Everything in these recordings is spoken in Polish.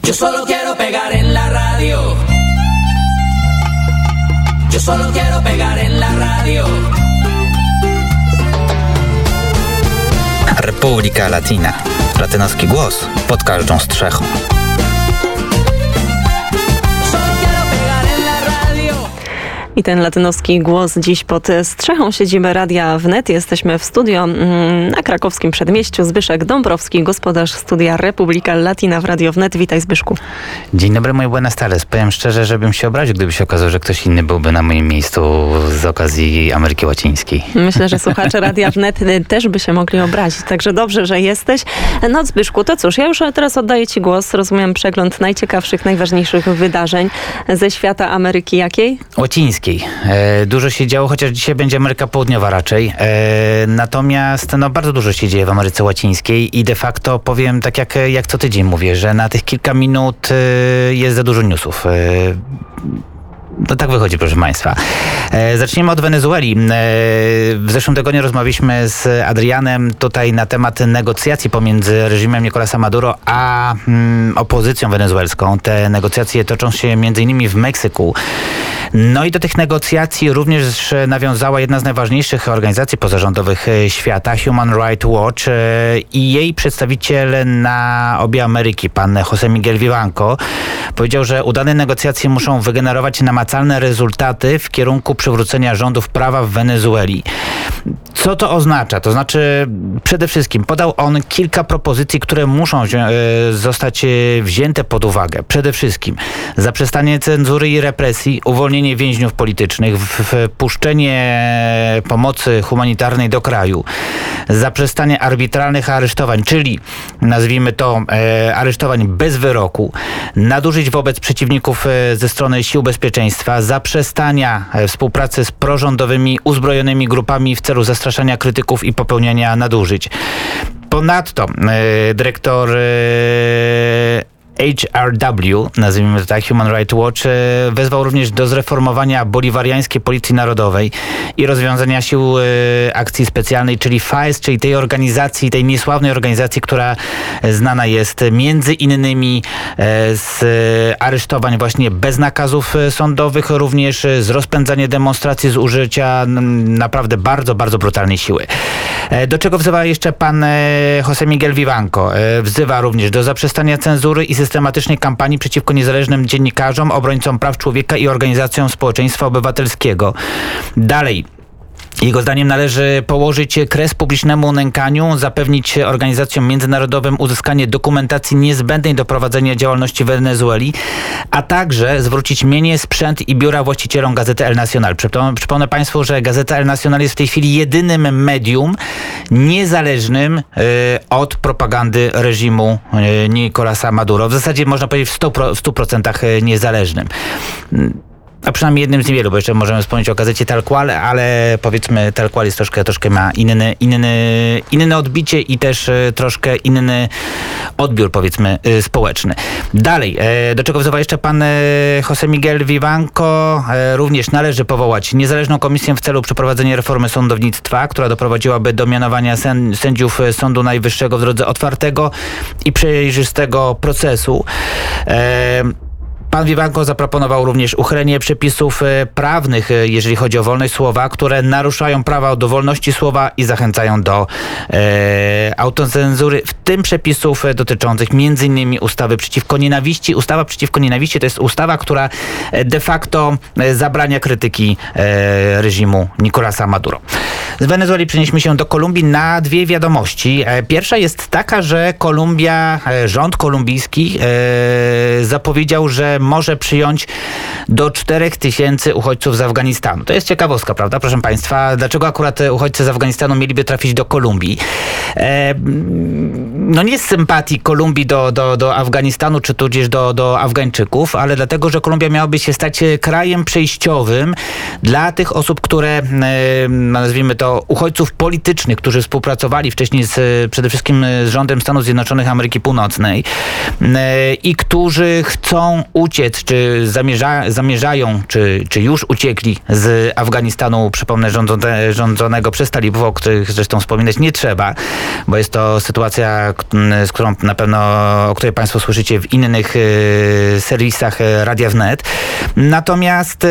Yo solo quiero pegar en la radio. Yo solo quiero pegar en la radio. Republika Latina. Latynoski głos pod każdą strzechą. I ten latynoski głos dziś pod strzechą siedziby Radia Wnet. Jesteśmy w studio na krakowskim przedmieściu. Zbyszek Dąbrowski, gospodarz studia Republika Latina w Radio Wnet. Witaj, Zbyszku. Dzień dobry, mój buenas tardes. Powiem szczerze, żebym się obraził, gdyby się okazało, że ktoś inny byłby na moim miejscu z okazji Ameryki Łacińskiej. Myślę, że słuchacze Radia Wnet też by się mogli obrazić. Także dobrze, że jesteś. No, Zbyszku, to cóż, ja już teraz oddaję ci głos. Rozumiem przegląd najciekawszych, najważniejszych wydarzeń ze świata Ameryki jakiej? Łacińskiej. Dużo się działo, chociaż dzisiaj będzie Ameryka Południowa raczej. Natomiast bardzo dużo się dzieje w Ameryce Łacińskiej i de facto powiem tak jak co tydzień mówię, że na tych kilka minut jest za dużo newsów. No tak wychodzi, proszę Państwa. Zacznijmy od Wenezueli. W zeszłym tygodniu rozmawialiśmy z Adrianem tutaj na temat negocjacji pomiędzy reżimem Nicolasa Maduro a opozycją wenezuelską. Te negocjacje toczą się m.in. w Meksyku. No i do tych negocjacji również nawiązała jedna z najważniejszych organizacji pozarządowych świata, Human Rights Watch, i jej przedstawiciel na obie Ameryki, pan José Miguel Vivanco, powiedział, że udane negocjacje muszą wygenerować namacalne rezultaty w kierunku przywrócenia rządów prawa w Wenezueli. Co to oznacza? To znaczy, przede wszystkim podał on kilka propozycji, które muszą zostać wzięte pod uwagę. Przede wszystkim zaprzestanie cenzury i represji, uwolnienie więźniów politycznych, wpuszczenie pomocy humanitarnej do kraju, zaprzestanie arbitralnych aresztowań, czyli nazwijmy to aresztowań bez wyroku, nadużyć wobec przeciwników ze strony sił bezpieczeństwa, zaprzestania współpracy z prorządowymi, uzbrojonymi grupami w celu zastraszania krytyków i popełniania nadużyć. Ponadto dyrektor HRW, nazwijmy to tak, Human Rights Watch, wezwał również do zreformowania boliwariańskiej policji narodowej i rozwiązania sił akcji specjalnej, czyli FAES, czyli tej organizacji, tej niesławnej organizacji, która znana jest między innymi z aresztowań właśnie bez nakazów sądowych, również z rozpędzania demonstracji, z użycia naprawdę bardzo, bardzo brutalnej siły. Do czego wzywa jeszcze pan José Miguel Vivanco? Wzywa również do zaprzestania cenzury i systematycznej kampanii przeciwko niezależnym dziennikarzom, obrońcom praw człowieka i organizacjom społeczeństwa obywatelskiego. Dalej. Jego zdaniem należy położyć kres publicznemu nękaniu, zapewnić organizacjom międzynarodowym uzyskanie dokumentacji niezbędnej do prowadzenia działalności w Wenezueli, a także zwrócić mienie, sprzęt i biura właścicielom gazety El Nacional. Przypomnę Państwu, że gazeta El Nacional jest w tej chwili jedynym medium niezależnym od propagandy reżimu Nicolasa Maduro. W zasadzie można powiedzieć w 100% niezależnym. A przynajmniej jednym z niewielu, bo jeszcze możemy wspomnieć o gazecie Tal Cual, ale powiedzmy Tal Cual jest troszkę ma inne odbicie i też troszkę inny odbiór, powiedzmy, społeczny. Dalej, do czego wzywa jeszcze pan José Miguel Vivanco, również należy powołać niezależną komisję w celu przeprowadzenia reformy sądownictwa, która doprowadziłaby do mianowania sędziów Sądu Najwyższego w drodze otwartego i przejrzystego procesu. Pan Vivanco zaproponował również uchylenie przepisów prawnych, jeżeli chodzi o wolność słowa, które naruszają prawa do wolności słowa i zachęcają do autocenzury, w tym przepisów dotyczących m.in. ustawy przeciwko nienawiści. Ustawa przeciwko nienawiści to jest ustawa, która de facto zabrania krytyki reżimu Nicolasa Maduro. Z Wenezueli przenieśmy się do Kolumbii na dwie wiadomości. Pierwsza jest taka, że rząd kolumbijski zapowiedział, że może przyjąć do 4000 uchodźców z Afganistanu. To jest ciekawostka, prawda, proszę Państwa? Dlaczego akurat uchodźcy z Afganistanu mieliby trafić do Kolumbii? No nie z sympatii Kolumbii do Afganistanu, czy tudzież do Afgańczyków, ale dlatego, że Kolumbia miałaby się stać krajem przejściowym dla tych osób, które, nazwijmy to, uchodźców politycznych, którzy współpracowali wcześniej przede wszystkim z rządem Stanów Zjednoczonych Ameryki Północnej i którzy chcą uciec uciec, czy zamierzają, czy już uciekli z Afganistanu, przypomnę, rządzonego przez talibów, o których zresztą wspominać nie trzeba, bo jest to sytuacja, z którą na pewno, o której Państwo słyszycie w innych serwisach Radia Wnet. Natomiast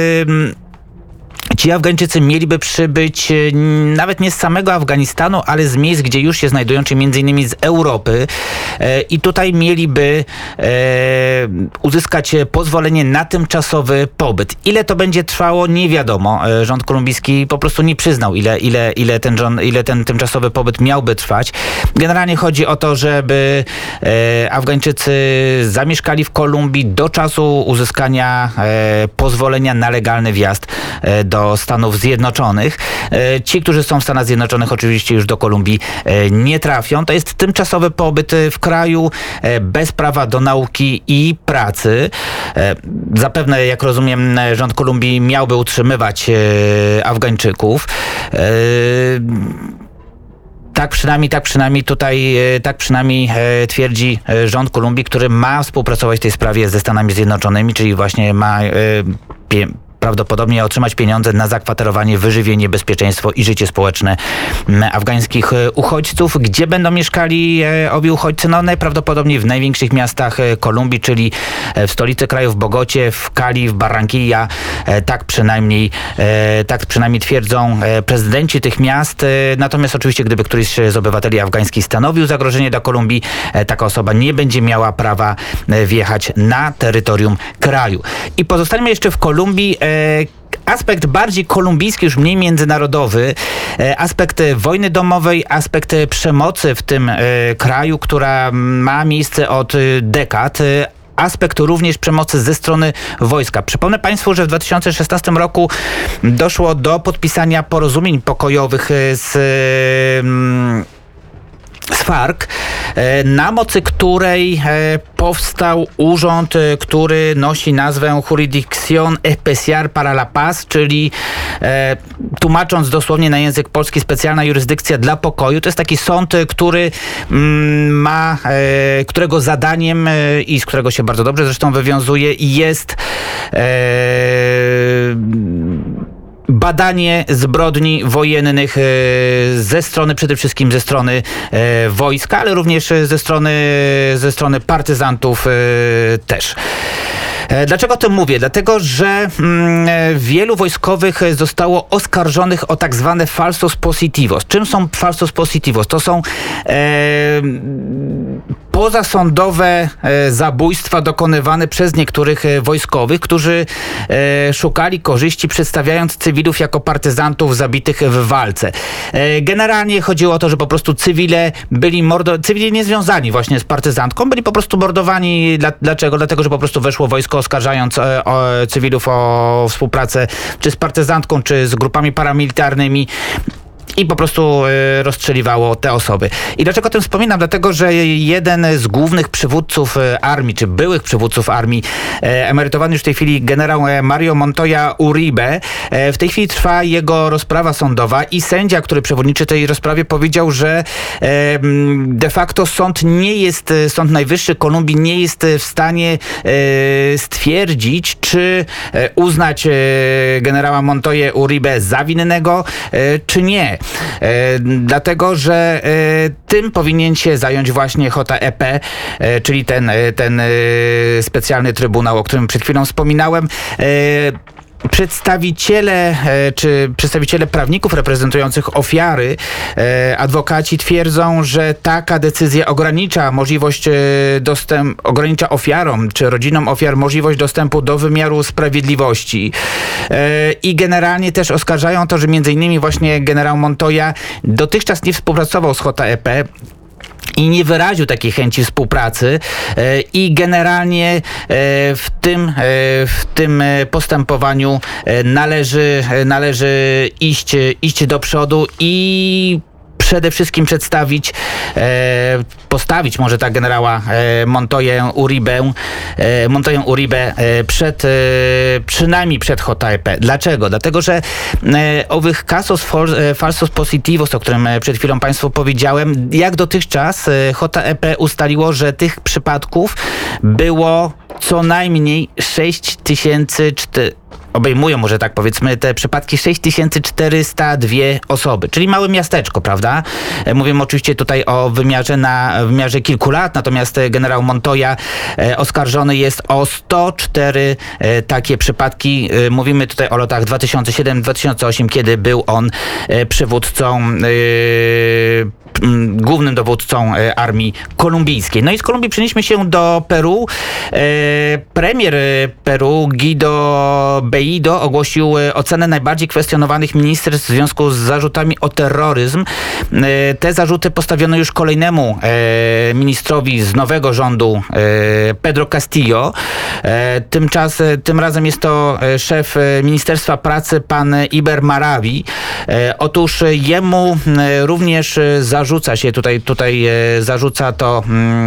ci Afgańczycy mieliby przybyć nawet nie z samego Afganistanu, ale z miejsc, gdzie już się znajdują, czyli między innymi z Europy. I tutaj mieliby uzyskać pozwolenie na tymczasowy pobyt. Ile to będzie trwało, nie wiadomo. Rząd kolumbijski po prostu nie przyznał, ile ten tymczasowy pobyt miałby trwać. Generalnie chodzi o to, żeby Afgańczycy zamieszkali w Kolumbii do czasu uzyskania pozwolenia na legalny wjazd do Stanów Zjednoczonych. Ci, którzy są w Stanach Zjednoczonych, oczywiście już do Kolumbii nie trafią. To jest tymczasowy pobyt w kraju bez prawa do nauki i pracy. Zapewne, jak rozumiem, rząd Kolumbii miałby utrzymywać Afgańczyków. Tak przynajmniej twierdzi rząd Kolumbii, który ma współpracować w tej sprawie ze Stanami Zjednoczonymi, czyli właśnie ma prawdopodobnie otrzymać pieniądze na zakwaterowanie, wyżywienie, bezpieczeństwo i życie społeczne afgańskich uchodźców. Gdzie będą mieszkali owi uchodźcy? No najprawdopodobniej w największych miastach Kolumbii, czyli w stolicy kraju, w Bogocie, w Cali, w Barranquilla. Tak przynajmniej twierdzą prezydenci tych miast. Natomiast oczywiście, gdyby któryś z obywateli afgańskich stanowił zagrożenie dla Kolumbii, taka osoba nie będzie miała prawa wjechać na terytorium kraju. I pozostańmy jeszcze w Kolumbii. Aspekt bardziej kolumbijski, już mniej międzynarodowy, aspekt wojny domowej, aspekt przemocy w tym kraju, która ma miejsce od dekad. Aspekt również przemocy ze strony wojska. Przypomnę Państwu, że w 2016 roku doszło do podpisania porozumień pokojowych z FARC, na mocy której powstał urząd, który nosi nazwę Jurisdicción Especial para la Paz, czyli tłumacząc dosłownie na język polski, specjalna jurysdykcja dla pokoju. To jest taki sąd, który którego zadaniem i z którego się bardzo dobrze zresztą wywiązuje, jest badanie zbrodni wojennych przede wszystkim ze strony wojska, ale również ze strony partyzantów też. Dlaczego o tym mówię? Dlatego, że wielu wojskowych zostało oskarżonych o tak zwane falsos positivos. Czym są falsos positivos? To są pozasądowe zabójstwa dokonywane przez niektórych wojskowych, którzy szukali korzyści, przedstawiając cywilów jako partyzantów zabitych w walce. Generalnie chodziło o to, że po prostu cywile niezwiązani właśnie z partyzantką, byli po prostu mordowani. Dlaczego? Dlatego, że po prostu weszło wojsko, oskarżając cywilów o współpracę czy z partyzantką, czy z grupami paramilitarnymi. I po prostu rozstrzeliwało te osoby. I dlaczego o tym wspominam? Dlatego, że jeden z głównych przywódców armii, czy byłych przywódców armii, emerytowany już w tej chwili generał Mario Montoya Uribe, w tej chwili trwa jego rozprawa sądowa i sędzia, który przewodniczy tej rozprawie, powiedział, że de facto Sąd Najwyższy Kolumbii nie jest w stanie stwierdzić, czy uznać generała Montoya Uribe za winnego, czy nie. Dlatego, że tym powinien się zająć właśnie JEP, czyli ten specjalny trybunał, o którym przed chwilą wspominałem. Przedstawiciele prawników reprezentujących ofiary, adwokaci twierdzą, że taka decyzja ogranicza ofiarom czy rodzinom ofiar możliwość dostępu do wymiaru sprawiedliwości. I generalnie też oskarżają to, że między innymi właśnie generał Montoya dotychczas nie współpracował z JEP i nie wyraził takiej chęci współpracy i generalnie w tym postępowaniu należy iść do przodu i przede wszystkim postawić może tak generała Montoję Uribę przynajmniej przed JEP. Dlaczego? Dlatego, że owych casos falsos positivos, o którym przed chwilą Państwu powiedziałem, jak dotychczas JEP ustaliło, że tych przypadków było co najmniej 6400, obejmują może tak powiedzmy te przypadki 6402 osoby, czyli małe miasteczko, prawda? Mówimy oczywiście tutaj o wymiarze kilku lat, natomiast generał Montoya oskarżony jest o 104 takie przypadki. Mówimy tutaj o latach 2007-2008, kiedy był on głównym dowódcą armii kolumbijskiej. No i z Kolumbii przenieśmy się do Peru. Premier Peru Guido Bellido ogłosił ocenę najbardziej kwestionowanych ministerstw w związku z zarzutami o terroryzm. Te zarzuty postawiono już kolejnemu ministrowi z nowego rządu, Pedro Castillo. Tym razem jest to szef Ministerstwa Pracy, pan Iber Maraví. Otóż jemu również zarzuca to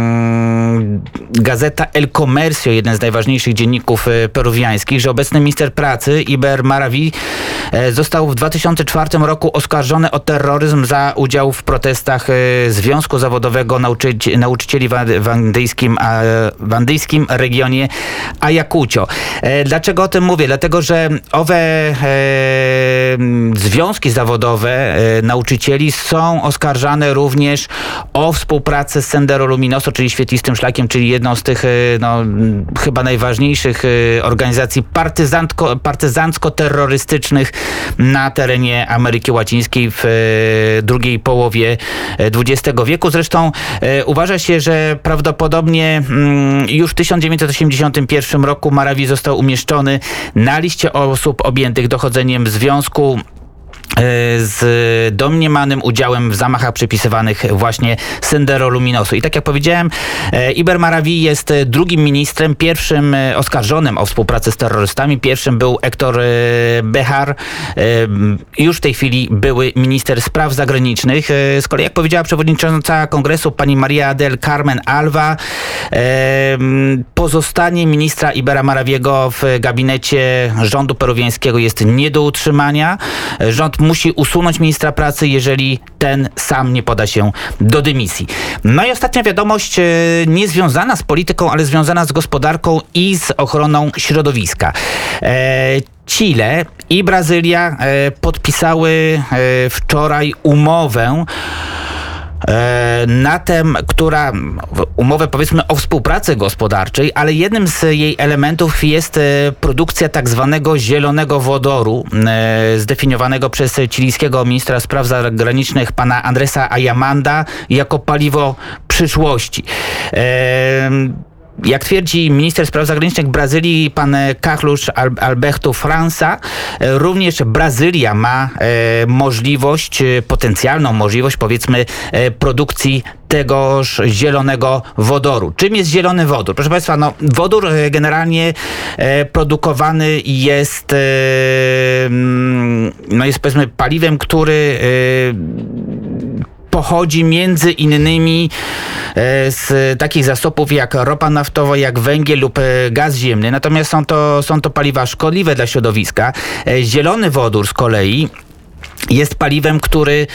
gazeta El Comercio, jeden z najważniejszych dzienników peruwiańskich, że obecny minister pracy Iber Maraví został w 2004 roku oskarżony o terroryzm za udział w protestach Związku Zawodowego Nauczycieli w andyjskim regionie Ayacucho. Dlaczego o tym mówię? Dlatego, że owe związki zawodowe nauczycieli są oskarżane również o współpracę z Sendero Luminoso, czyli Świetlistym Szlakiem, czyli jedną z tych chyba najważniejszych organizacji partyzancko-terrorystycznych na terenie Ameryki Łacińskiej w drugiej połowie XX wieku. Zresztą uważa się, że prawdopodobnie już w 1981 roku Maraví został umieszczony na liście osób objętych dochodzeniem związku z domniemanym udziałem w zamachach przypisywanych właśnie Sendero Luminoso. I tak jak powiedziałem, Iber Maraví jest drugim ministrem, pierwszym oskarżonym o współpracę z terrorystami. Pierwszym był Héctor Béjar, już w tej chwili były minister spraw zagranicznych. Z kolei, jak powiedziała przewodnicząca kongresu pani Maria del Carmen Alva, pozostanie ministra Ibera Maraviego w gabinecie rządu peruwiańskiego jest nie do utrzymania. Rząd musi usunąć ministra pracy, jeżeli ten sam nie poda się do dymisji. No i ostatnia wiadomość, nie związana z polityką, ale związana z gospodarką i z ochroną środowiska. Chile i Brazylia podpisały wczoraj umowę umowę powiedzmy o współpracy gospodarczej, ale jednym z jej elementów jest produkcja tak zwanego zielonego wodoru, zdefiniowanego przez chilijskiego ministra spraw zagranicznych pana Andresa Ayamanda jako paliwo przyszłości. Jak twierdzi minister spraw zagranicznych Brazylii, pan Carlos Alberto França, również Brazylia ma potencjalną możliwość, powiedzmy, produkcji tegoż zielonego wodoru. Czym jest zielony wodór? Proszę Państwa, wodór generalnie produkowany jest powiedzmy paliwem, który pochodzi między innymi z takich zasobów jak ropa naftowa, jak węgiel lub gaz ziemny. Natomiast są to paliwa szkodliwe dla środowiska. Zielony wodór z kolei jest paliwem, który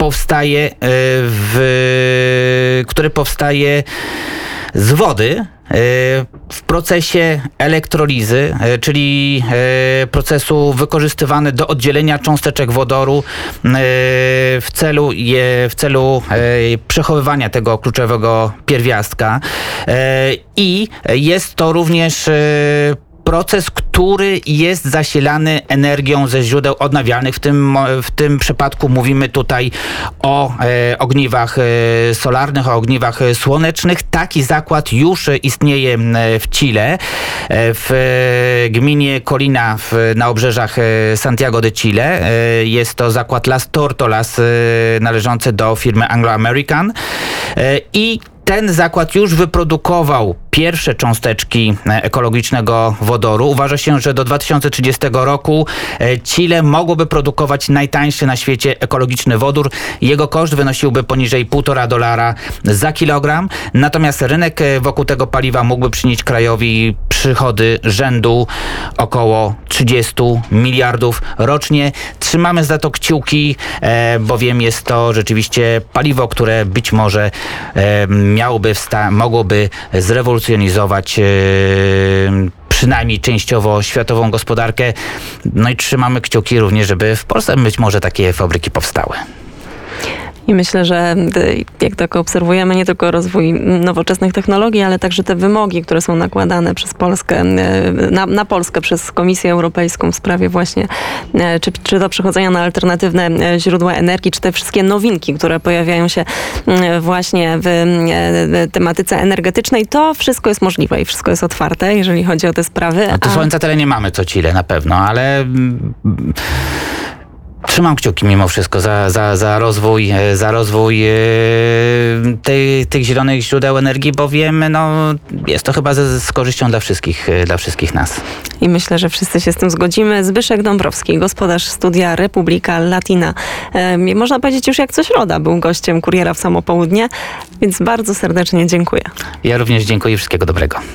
powstaje z wody w procesie elektrolizy, czyli procesu wykorzystywany do oddzielenia cząsteczek wodoru w celu przechowywania tego kluczowego pierwiastka. I jest to również proces, który jest zasilany energią ze źródeł odnawialnych. W tym przypadku mówimy tutaj o ogniwach solarnych, o ogniwach słonecznych. Taki zakład już istnieje w Chile, w gminie Colina na obrzeżach Santiago de Chile. Jest to zakład Las Tortolas należący do firmy Anglo American i ten zakład już wyprodukował pierwsze cząsteczki ekologicznego wodoru. Uważa się, że do 2030 roku Chile mogłoby produkować najtańszy na świecie ekologiczny wodór. Jego koszt wynosiłby poniżej $1,5 za kilogram. Natomiast rynek wokół tego paliwa mógłby przynieść krajowi przychody rzędu około 30 miliardów rocznie. Trzymamy za to kciuki, bowiem jest to rzeczywiście paliwo, które być może mogłoby zrewolucjonizować przynajmniej częściowo światową gospodarkę. No i trzymamy kciuki również, żeby w Polsce być może takie fabryki powstały. I myślę, że jak tak obserwujemy nie tylko rozwój nowoczesnych technologii, ale także te wymogi, które są nakładane przez Polskę, na Polskę przez Komisję Europejską w sprawie właśnie czy do przechodzenia na alternatywne źródła energii, czy te wszystkie nowinki, które pojawiają się właśnie w tematyce energetycznej, to wszystko jest możliwe i wszystko jest otwarte, jeżeli chodzi o te sprawy. A tu słońca tyle nie mamy co Chile na pewno, ale trzymam kciuki mimo wszystko za rozwój tych zielonych źródeł energii, bo wiemy, jest to chyba z korzyścią dla wszystkich nas. I myślę, że wszyscy się z tym zgodzimy. Zbyszek Dąbrowski, gospodarz Studia Republika Latina. Można powiedzieć już jak co środa był gościem Kuriera w samo południe, więc bardzo serdecznie dziękuję. Ja również dziękuję i wszystkiego dobrego.